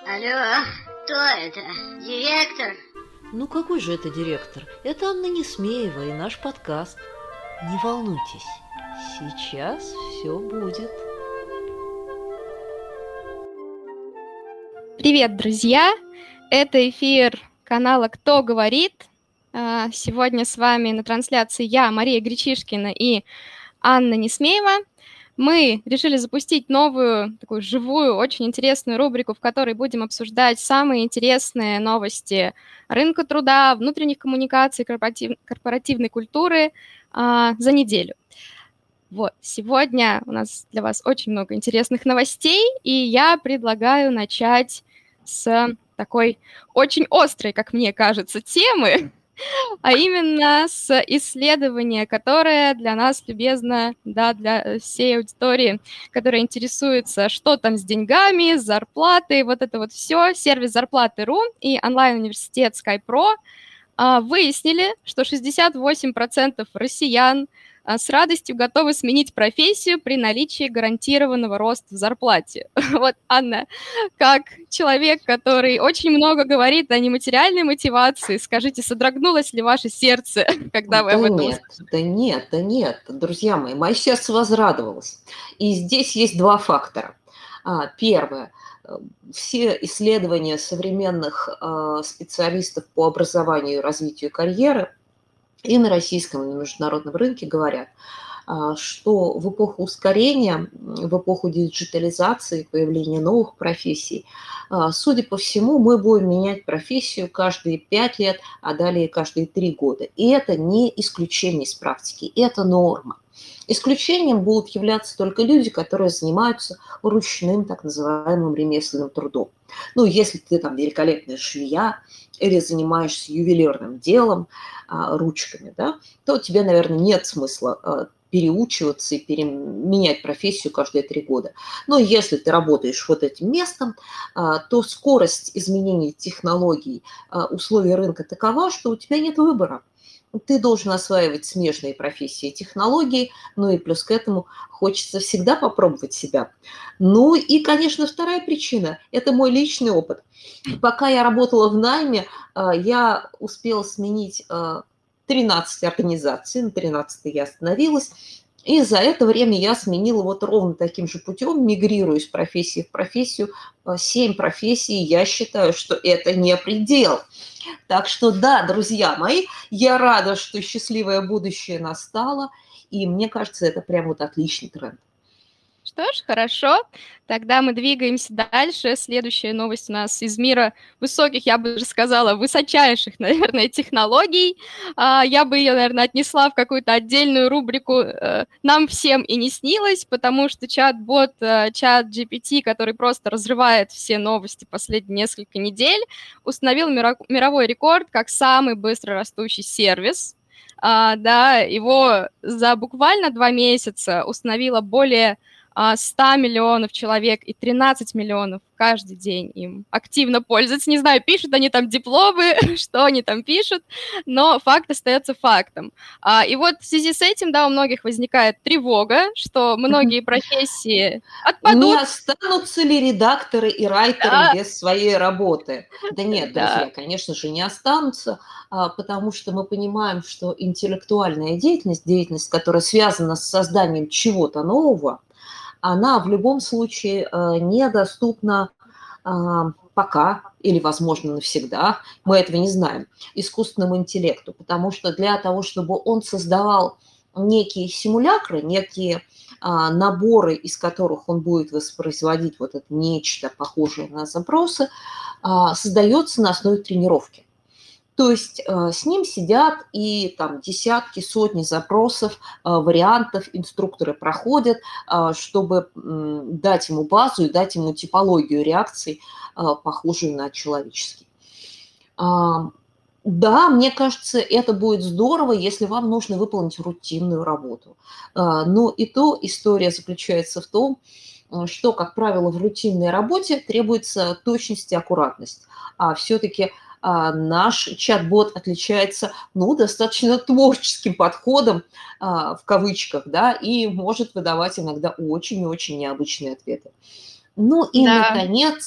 Алло, кто это? Директор? Ну какой же это директор? Это Анна Несмеева и наш подкаст. Не волнуйтесь, сейчас все будет. Привет, друзья! Это эфир канала «Кто говорит?». Сегодня с вами на трансляции я, Мария Гречишкина и Анна Несмеева. Мы решили запустить новую, такую живую, очень интересную рубрику, в которой будем обсуждать самые интересные новости рынка труда, внутренних коммуникаций, корпоративной культуры за неделю. Вот, сегодня у нас для вас очень много интересных новостей, и я предлагаю начать с такой очень острой, как мне кажется, темы, а именно с исследования, которое для нас любезно, да, для всей аудитории, которая интересуется, что там с деньгами, с зарплатой, вот это вот все, сервис Зарплаты.ру и онлайн-университет SkyPro выяснили, что 68% россиян с радостью готовы сменить профессию при наличии гарантированного роста в зарплате. Вот, Анна, как человек, который очень много говорит о нематериальной мотивации, скажите, содрогнулось ли ваше сердце, когда вы об этом услышали? Да нет, друзья мои, мое сердце возрадовалось. И здесь есть два фактора. Первое. Все исследования современных специалистов по образованию и развитию карьеры и на российском, и на международном рынке говорят, что в эпоху ускорения, в эпоху диджитализации, появления новых профессий, судя по всему, мы будем менять профессию каждые 5 лет, а далее каждые 3 года. И это не исключение из практики, это норма. Исключением будут являться только люди, которые занимаются ручным, так называемым ремесленным трудом. Ну, если ты там великолепная швея или занимаешься ювелирным делом, ручками, да, то тебе, наверное, нет смысла переучиваться и менять профессию каждые 3 года. Но если ты работаешь вот этим местом, то скорость изменений технологий, условий рынка такова, что у тебя нет выбора. Ты должен осваивать смежные профессии и технологии, ну и плюс к этому хочется всегда попробовать себя. Ну и, конечно, вторая причина – это мой личный опыт. Пока я работала в найме, я успела сменить 13 организаций, на 13-й я остановилась, и за это время я сменила вот ровно таким же путем, мигрируя из профессии в профессию, 7 профессий, я считаю, что это не предел. Так что да, друзья мои, я рада, что счастливое будущее настало, и мне кажется, это прям вот отличный тренд. Что ж, хорошо. Тогда мы двигаемся дальше. Следующая новость у нас из мира высоких, я бы даже сказала, высочайших, наверное, технологий. Я бы ее, наверное, отнесла в какую-то отдельную рубрику «Нам всем и не снилось», потому что чат-бот, чат GPT, который просто разрывает все новости последние несколько недель, установил мировой рекорд как самый быстро растущий сервис. Да, его за буквально 2 месяца установило более 100 миллионов человек, и 13 миллионов каждый день им активно пользуются. Не знаю, пишут они там дипломы, что они там пишут, но факт остается фактом. И вот в связи с этим, да, у многих возникает тревога, что многие профессии отпадут. Не останутся ли редакторы и райтеры без своей работы? Да нет, друзья, конечно же, не останутся, потому что мы понимаем, что интеллектуальная деятельность, которая связана с созданием чего-то нового, она в любом случае недоступна пока или, возможно, навсегда, мы этого не знаем, искусственному интеллекту, потому что для того, чтобы он создавал некие симулякры, некие наборы, из которых он будет воспроизводить вот это нечто похожее на запросы, создается на основе тренировки. То есть с ним сидят и там десятки, сотни запросов, вариантов инструкторы проходят, чтобы дать ему базу и дать ему типологию реакций, похожую на человеческие. Да, мне кажется, это будет здорово, если вам нужно выполнить рутинную работу. Но и то история заключается в том, что, как правило, в рутинной работе требуется точность и аккуратность. А все-таки наш чат-бот отличается, достаточно творческим подходом, в кавычках, да, и может выдавать иногда очень-очень необычные ответы. Ну и, наконец,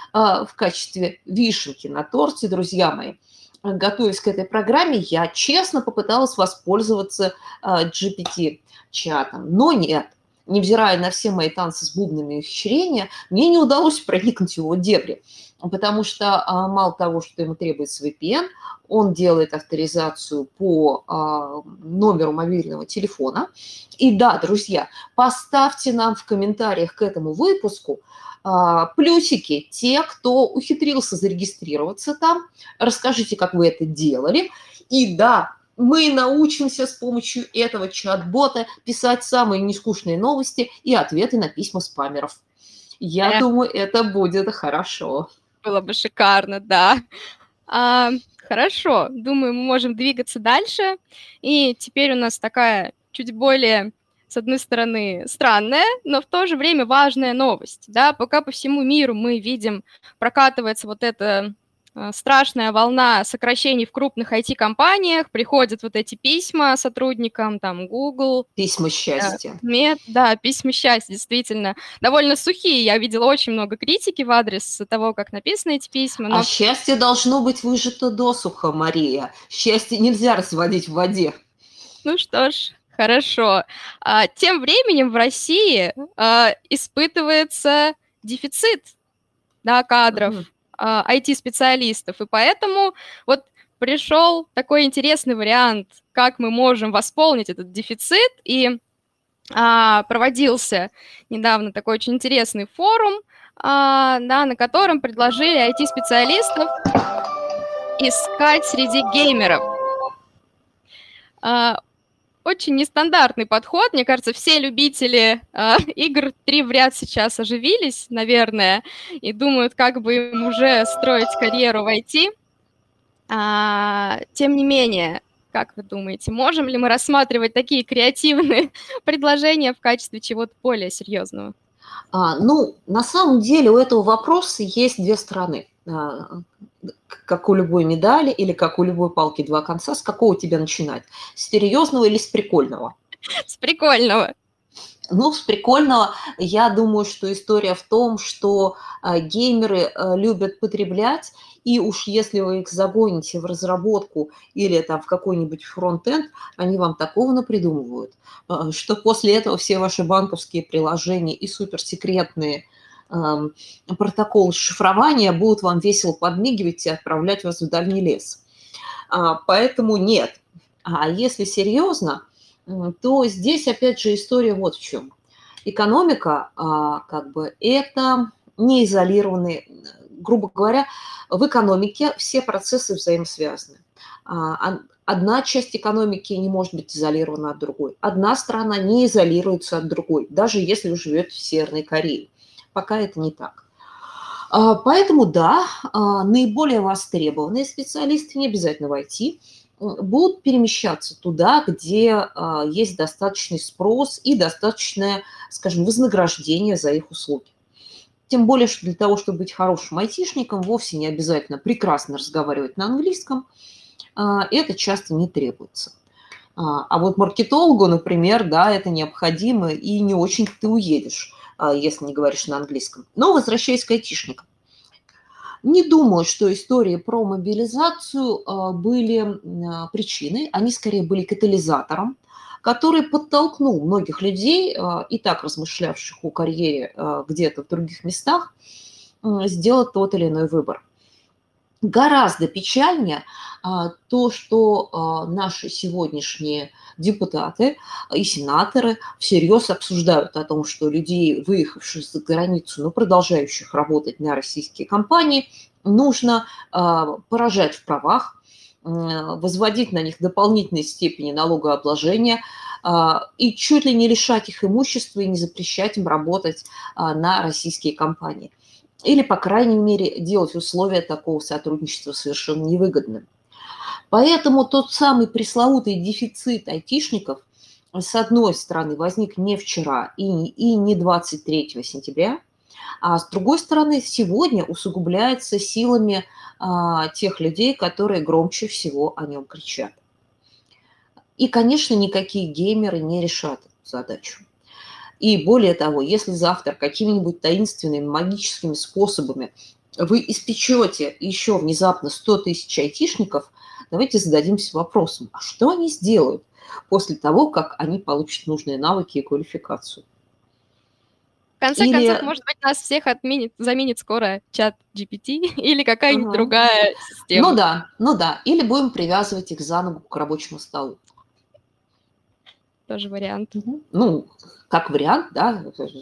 в качестве вишенки на торте, друзья мои, готовясь к этой программе, я честно попыталась воспользоваться GPT-чатом, но нет. Невзирая на все мои танцы с бубнами и ухищрения, мне не удалось проникнуть в его дебри, потому что мало того, что ему требуется VPN, он делает авторизацию по номеру мобильного телефона. И да, друзья, поставьте нам в комментариях к этому выпуску плюсики, те, кто ухитрился зарегистрироваться там, расскажите, как вы это делали. И да, мы научимся с помощью этого чат-бота писать самые нескучные новости и ответы на письма спамеров. Я думаю, это будет хорошо. Было бы шикарно, да. Хорошо, думаю, мы можем двигаться дальше. И теперь у нас такая чуть более, с одной стороны, странная, но в то же время важная новость. Да? Пока по всему миру мы видим, прокатывается вот эта страшная волна сокращений в крупных IT-компаниях, приходят вот эти письма сотрудникам, там, Google. Письма счастья. Да, письма счастья, действительно. Довольно сухие. Я видела очень много критики в адрес того, как написаны эти письма. Но... А счастье должно быть выжато досуха, Мария. Счастье нельзя разводить в воде. Ну что ж, хорошо. Тем временем в России испытывается дефицит, да, кадров. IT-специалистов, и поэтому вот пришел такой интересный вариант, как мы можем восполнить этот дефицит, и проводился недавно такой очень интересный форум, да, на котором предложили IT-специалистов искать среди геймеров. Очень нестандартный подход. Мне кажется, все любители игр 3 в ряд сейчас оживились, наверное, и думают, как бы им уже строить карьеру в IT. Тем не менее, как вы думаете, можем ли мы рассматривать такие креативные предложения в качестве чего-то более серьезного? Ну, на самом деле у этого вопроса есть две стороны. Как у любой медали или как у любой палки два конца, с какого тебе начинать? С серьезного или с прикольного? С прикольного. Ну, с прикольного, я думаю, что история в том, что геймеры любят потреблять, и уж если вы их загоните в разработку или там в какой-нибудь фронт-энд, они вам такого напридумывают, что после этого все ваши банковские приложения и суперсекретные протоколы шифрования будут вам весело подмигивать и отправлять вас в дальний лес. Поэтому нет. А если серьезно, то здесь опять же история вот в чем. Экономика, как бы, это не изолированные, грубо говоря, в экономике все процессы взаимосвязаны. Одна часть экономики не может быть изолирована от другой. Одна страна не изолируется от другой, даже если вы живете в Северной Корее. Пока это не так. Поэтому, да, наиболее востребованные специалисты, не обязательно в IT, будут перемещаться туда, где есть достаточный спрос и достаточное, скажем, вознаграждение за их услуги. Тем более, что для того, чтобы быть хорошим айтишником, вовсе не обязательно прекрасно разговаривать на английском. Это часто не требуется. А вот маркетологу, например, да, это необходимо, и не очень ты уедешь, если не говоришь на английском. Но возвращаясь к айтишникам. Не думаю, что истории про мобилизацию были причиной, они скорее были катализатором, который подтолкнул многих людей, и так размышлявших о карьере где-то в других местах, сделать тот или иной выбор. Гораздо печальнее то, что наши сегодняшние депутаты и сенаторы всерьез обсуждают о том, что людей, выехавших за границу, но продолжающих работать на российские компании, нужно поражать в правах, возводить на них дополнительные степени налогообложения и чуть ли не лишать их имущества и не запрещать им работать на российские компании. Или, по крайней мере, делать условия такого сотрудничества совершенно невыгодным. Поэтому тот самый пресловутый дефицит айтишников, с одной стороны, возник не вчера и не 23 сентября, а с другой стороны, сегодня усугубляется силами тех людей, которые громче всего о нем кричат. И, конечно, никакие геймеры не решат эту задачу. И более того, если завтра какими-нибудь таинственными магическими способами вы испечете еще внезапно 100 тысяч айтишников, давайте зададимся вопросом, а что они сделают после того, как они получат нужные навыки и квалификацию? В конце концов, может быть, нас всех заменит скоро чат GPT или какая-нибудь другая система. Ну да. Или будем привязывать их за ногу к рабочему столу. Тоже вариант. Ну, как вариант, да.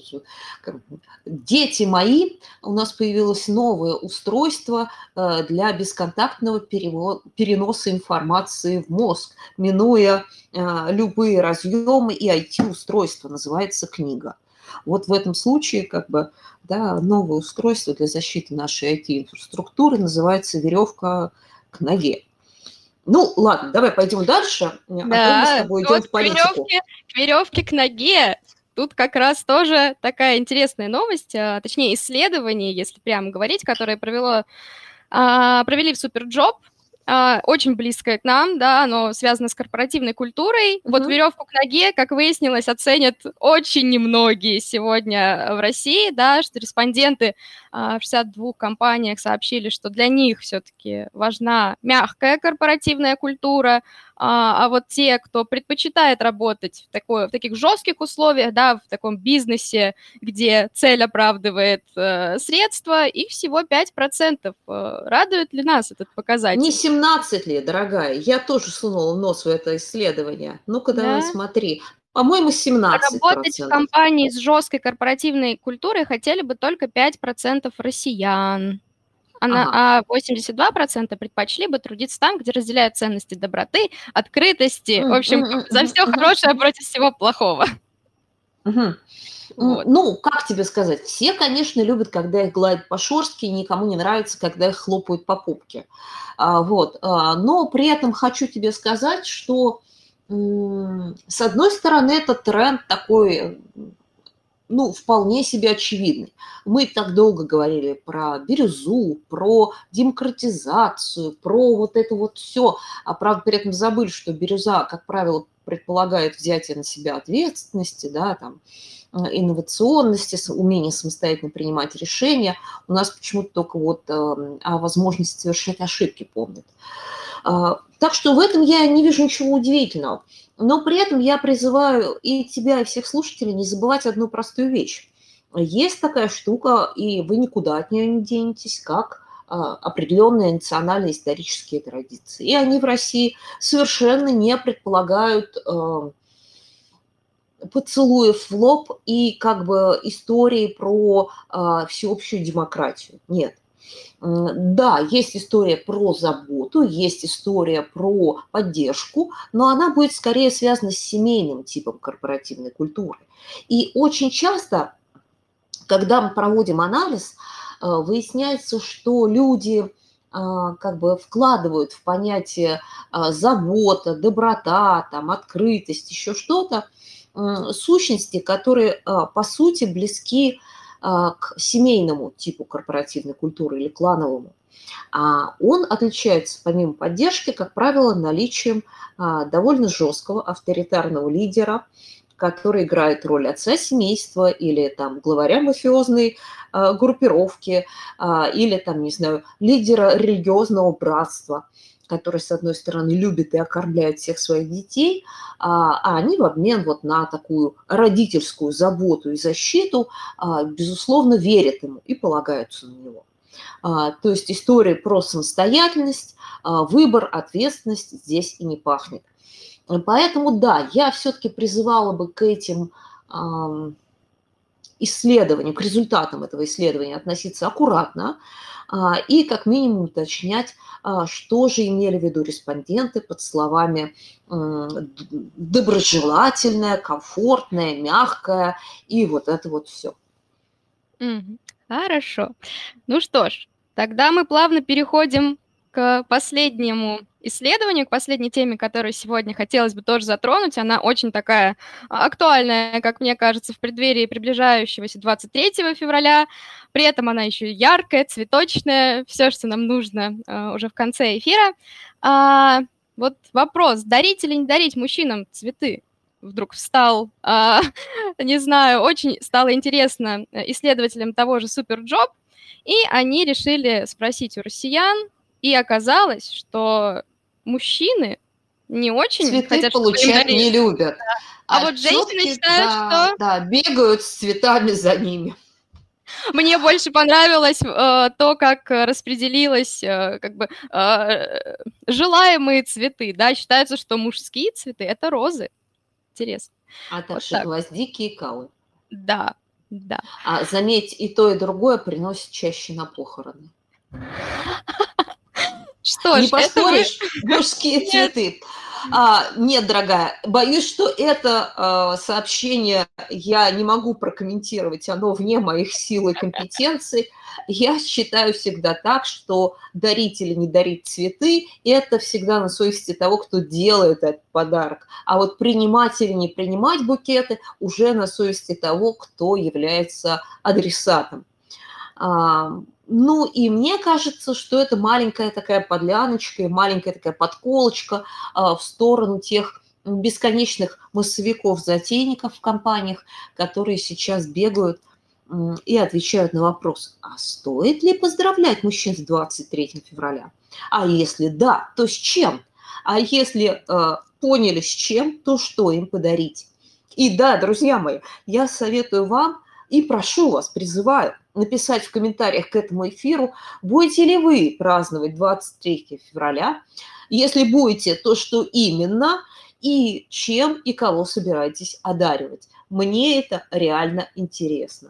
Дети мои, у нас появилось новое устройство для бесконтактного переноса информации в мозг, минуя любые разъемы и IT-устройство, называется книга. Вот в этом случае новое устройство для защиты нашей IT-инфраструктуры называется веревка к ноге. Ну, ладно, давай пойдем дальше, а то мы с тобой идем в политику. К веревке к ноге. Тут как раз тоже такая интересная новость, точнее исследование, если прямо говорить, которое провели в Суперджоп. Очень близкое к нам, да, оно связано с корпоративной культурой. Вот веревку к ноге, как выяснилось, оценят очень немногие сегодня в России, да, что респонденты в 62 компаниях сообщили, что для них все-таки важна мягкая корпоративная культура, а вот те, кто предпочитает работать в таких жестких условиях, да, в таком бизнесе, где цель оправдывает средства, их всего 5%. Радует ли нас этот показатель? Не 17 лет, дорогая. Я тоже сунула нос в это исследование. Ну-ка, давай смотри. По-моему, 17%. Работать в компании с жесткой корпоративной культурой хотели бы только 5% россиян. А 82% предпочли бы трудиться там, где разделяют ценности доброты, открытости, в общем, за все хорошее против всего плохого. Вот. Ну, как тебе сказать, все, конечно, любят, когда их гладят по-шорстки, и никому не нравится, когда их хлопают по попке. Но при этом хочу тебе сказать, что с одной стороны, этот тренд такой, вполне себе очевидный. Мы так долго говорили про бирюзу, про демократизацию, про вот это вот все, а правда при этом забыли, что бирюза, как правило, предполагает взятие на себя ответственности, да, там, инновационности, умение самостоятельно принимать решения. У нас почему-то только о возможности совершать ошибки помнят. Так что в этом я не вижу ничего удивительного. Но при этом я призываю и тебя, и всех слушателей не забывать одну простую вещь. Есть такая штука, и вы никуда от нее не денетесь, как определенные национальные исторические традиции. И они в России совершенно не предполагают поцелуев в лоб и истории про всеобщую демократию. Нет. Да, есть история про заботу, есть история про поддержку, но она будет скорее связана с семейным типом корпоративной культуры. И очень часто, когда мы проводим анализ, выясняется, что люди вкладывают в понятие забота, доброта, там, открытость, еще что-то, сущности, которые, по сути, близки к семейному типу корпоративной культуры или клановому. Он отличается, помимо поддержки, как правило, наличием довольно жесткого авторитарного лидера, который играет роль отца семейства или там, главаря мафиозной группировки, или там, не знаю, лидера религиозного братства, который, с одной стороны, любит и окормляет всех своих детей, а они в обмен на такую родительскую заботу и защиту, безусловно, верят ему и полагаются на него. То есть история про самостоятельность, выбор, ответственность здесь и не пахнет. Поэтому, да, я все-таки призывала бы к этим исследованиям, к результатам этого исследования относиться аккуратно и как минимум уточнять, что же имели в виду респонденты под словами доброжелательное, комфортное, мягкое и вот это вот все. Хорошо. Ну что ж, тогда мы плавно переходим к последнему исследованию, к последней теме, которую сегодня хотелось бы тоже затронуть. Она очень такая актуальная, как мне кажется, в преддверии приближающегося 23 февраля. При этом она еще яркая, цветочная, все, что нам нужно уже в конце эфира. Вот вопрос, дарить или не дарить мужчинам цветы? Вдруг встал, не знаю, очень стало интересно исследователям того же Суперджоп. И они решили спросить у россиян, и оказалось, что мужчины не очень Цветы хотят, чтобы им получать дарили. не любят. А вот женщины тётки, считают, да, что... Да, бегают с цветами за ними. Мне больше понравилось то, как распределилось желаемые цветы. Да, считается, что мужские цветы – это розы. Интересно. А Вот также так. гвоздики и калы. Да, да. А заметь, и то, и другое приносят чаще на похороны. Что Не ж, это вы... поспоришь? Мужские Нет. цветы. Нет, дорогая, боюсь, что это сообщение я не могу прокомментировать, оно вне моих сил и компетенций. Я считаю всегда так, что дарить или не дарить цветы – это всегда на совести того, кто делает этот подарок. А вот принимать или не принимать букеты уже на совести того, кто является адресатом. Ну, и мне кажется, что это маленькая такая подляночка и маленькая такая подколочка в сторону тех бесконечных массовиков-затейников в компаниях, которые сейчас бегают и отвечают на вопрос, а стоит ли поздравлять мужчин с 23 февраля? А если да, то с чем? А если поняли с чем, то что им подарить? И да, друзья мои, я советую вам и прошу вас, призываю написать в комментариях к этому эфиру, будете ли вы праздновать 23 февраля. Если будете, то что именно, и чем, и кого собираетесь одаривать. Мне это реально интересно.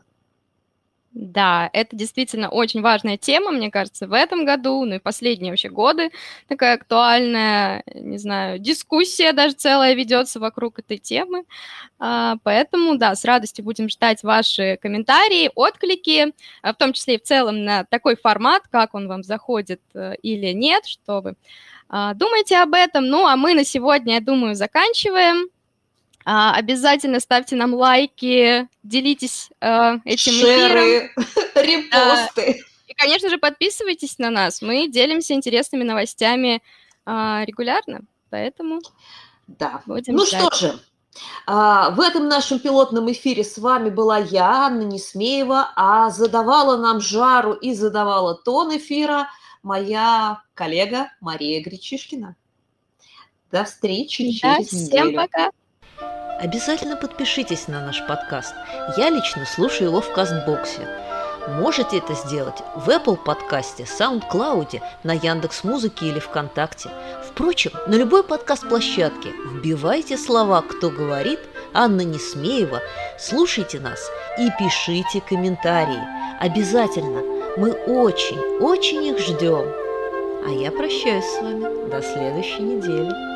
Да, это действительно очень важная тема, мне кажется, в этом году, ну и последние вообще годы такая актуальная, не знаю, дискуссия даже целая ведется вокруг этой темы. Поэтому, да, с радостью будем ждать ваши комментарии, отклики, в том числе и в целом на такой формат, как он вам заходит или нет, что вы думаете об этом. Ну, а мы на сегодня, я думаю, заканчиваем. Обязательно ставьте нам лайки, делитесь этим Шеры, эфиром. репосты. И, конечно же, подписывайтесь на нас. Мы делимся интересными новостями регулярно, поэтому Да. будем Ну ждать. что же, в этом нашем пилотном эфире с вами была я, Анна Несмеева, а задавала нам жару и задавала тон эфира моя коллега Мария Гречишкина. До встречи Да, через всем неделю. пока. Обязательно подпишитесь на наш подкаст. Я лично слушаю его в Кастбоксе. Можете это сделать в Apple подкасте, SoundCloud, на Яндекс.Музыке или ВКонтакте. Впрочем, на любой подкаст-площадке вбивайте слова «Кто говорит», Анна Несмеева, слушайте нас и пишите комментарии. Обязательно. Мы очень их ждем. А я прощаюсь с вами до следующей недели.